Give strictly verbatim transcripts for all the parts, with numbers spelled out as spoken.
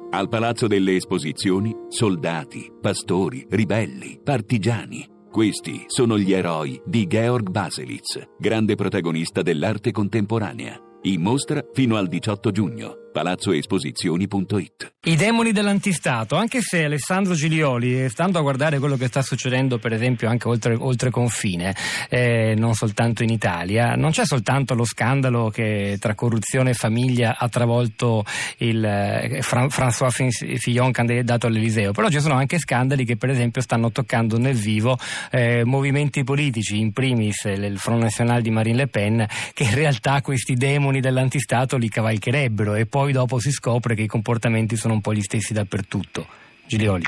Al Palazzo delle Esposizioni, soldati, pastori, ribelli, partigiani. Questi sono gli eroi di Georg Baselitz, grande protagonista dell'arte contemporanea. In mostra fino al diciotto giugno. palazzo esposizioni punto it. I demoni dell'antistato, anche se Alessandro Giglioli, stando a guardare quello che sta succedendo per esempio anche oltre, oltre confine, eh, non soltanto in Italia, non c'è soltanto lo scandalo che tra corruzione e famiglia ha travolto il eh, Fran- François Fillon candidato all'Eliseo, però ci sono anche scandali che per esempio stanno toccando nel vivo eh, movimenti politici, in primis il Front National di Marine Le Pen, che in realtà questi demoni dell'antistato li cavalcherebbero, e poi dopo si scopre che i comportamenti sono un po' gli stessi dappertutto. Giglioli.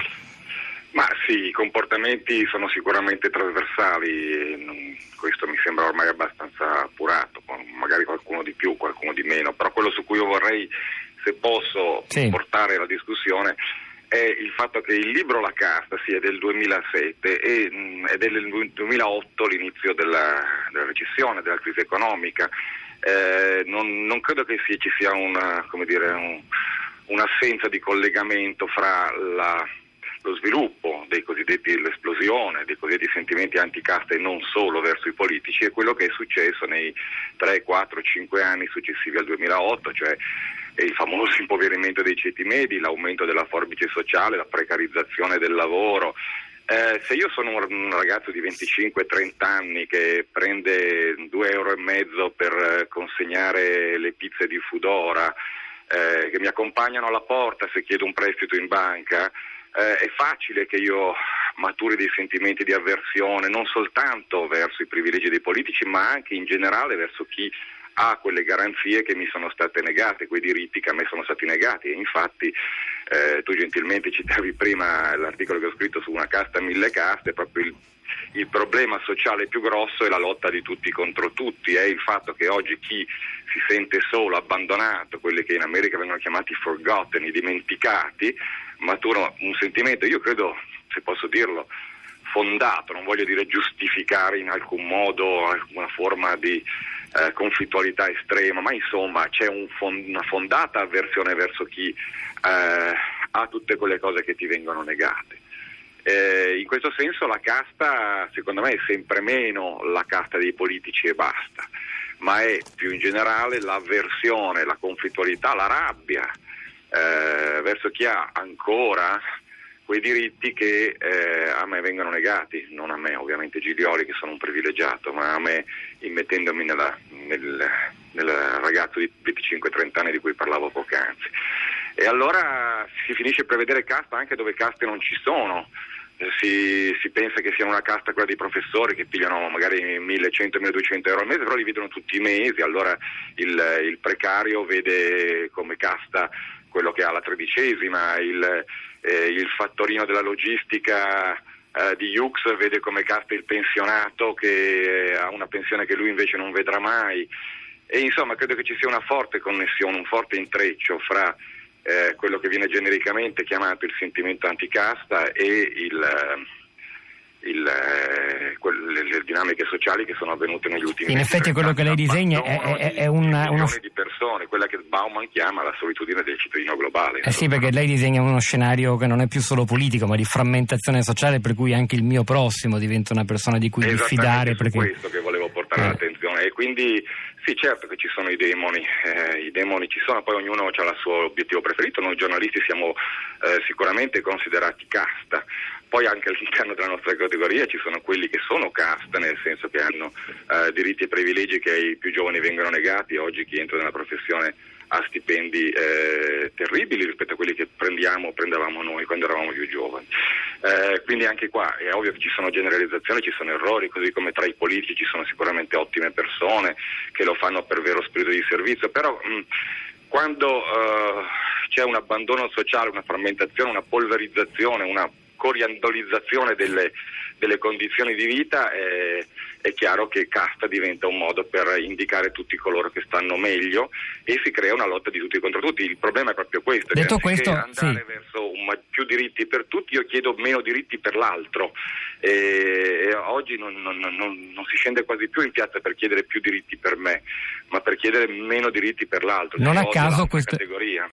Ma sì, i comportamenti sono sicuramente trasversali, e non, questo mi sembra ormai abbastanza appurato, magari qualcuno di più, qualcuno di meno, però quello su cui io vorrei, se posso, sì. portare la discussione è il fatto che il libro La casta sia del duemilasette e mh, è del duemilaotto l'inizio della, della recessione, della crisi economica. Eh, non, non credo che sia, ci sia una, come dire, un, un'assenza di collegamento fra la, lo sviluppo dei cosiddetti, l'esplosione dei cosiddetti sentimenti anticasta e non solo verso i politici, e quello che è successo nei tre, quattro, cinque anni successivi al duemilaotto, cioè il famoso impoverimento dei ceti medi, l'aumento della forbice sociale, la precarizzazione del lavoro. Eh, se io sono un ragazzo di venticinque trenta anni che prende due euro e mezzo per consegnare le pizze di Foodora, eh, che mi accompagnano alla porta se chiedo un prestito in banca, eh, è facile che io maturi dei sentimenti di avversione non soltanto verso i privilegi dei politici, ma anche in generale verso chi ha quelle garanzie che mi sono state negate, quei diritti che a me sono stati negati. E infatti eh, tu gentilmente citavi prima l'articolo che ho scritto su Una casta mille caste, proprio il, il problema sociale più grosso è la lotta di tutti contro tutti, è il fatto che oggi chi si sente solo, abbandonato, quelli che in America vengono chiamati forgotten, i dimenticati, matura un sentimento, io credo, se posso dirlo, fondato, non voglio dire giustificare in alcun modo una forma di eh, conflittualità estrema, ma insomma c'è un fond- una fondata avversione verso chi eh, ha tutte quelle cose che ti vengono negate. Eh, in questo senso la casta, secondo me, è sempre meno la casta dei politici e basta, ma è più in generale l'avversione, la conflittualità, la rabbia eh, verso chi ha ancora quei diritti che eh, a me vengono negati, non a me ovviamente Giglioli che sono un privilegiato, ma a me immettendomi nella, nel, nel ragazzo di venticinque trenta anni di cui parlavo poc'anzi. E allora si finisce per vedere casta anche dove caste non ci sono. Si, si pensa che sia una casta quella dei professori che pigliano magari mille cento mille duecento euro al mese, però li vedono tutti i mesi, allora il, il precario vede come casta quello che ha la tredicesima, il, eh, il fattorino della logistica eh, di Yux vede come casta il pensionato che ha una pensione che lui invece non vedrà mai. E insomma credo che ci sia una forte connessione, un forte intreccio fra Eh, quello che viene genericamente chiamato il sentimento anticasta e il, il, eh, quelle, le dinamiche sociali che sono avvenute negli ultimi in effetti quello che lei disegna è, è, è una, una una... di persone, quella che Bauman chiama la solitudine del cittadino globale. Eh sì, perché lei disegna uno scenario che non è più solo politico, ma di frammentazione sociale, per cui anche il mio prossimo diventa una persona di cui diffidare. È perché... questo che volevo portare eh. all'attenzione, e quindi sì, certo che ci sono i demoni, eh, i demoni ci sono, poi ognuno ha il suo obiettivo preferito. Noi giornalisti siamo eh, sicuramente considerati casta, poi anche all'interno della nostra categoria ci sono quelli che sono casta, nel senso che hanno eh, diritti e privilegi che ai più giovani vengono negati. Oggi chi entra nella professione ha stipendi eh, terribili rispetto a quelli che prendiamo, prendevamo noi quando eravamo più giovani. Eh, quindi anche qua è ovvio che ci sono generalizzazioni, ci sono errori, così come tra i politici ci sono sicuramente ottime persone che lo fanno per vero spirito di servizio, però mh, quando uh, c'è un abbandono sociale, una frammentazione, una polverizzazione, una coriandolizzazione delle, delle condizioni di vita, eh, è chiaro che casta diventa un modo per indicare tutti coloro che stanno meglio e si crea una lotta di tutti contro tutti. Il problema è proprio questo, detto che questo, andare sì. verso un, più diritti per tutti, io chiedo meno diritti per l'altro, e, e oggi non, non, non, non si scende quasi più in piazza per chiedere più diritti per me, ma per chiedere meno diritti per l'altro. Non a caso questo,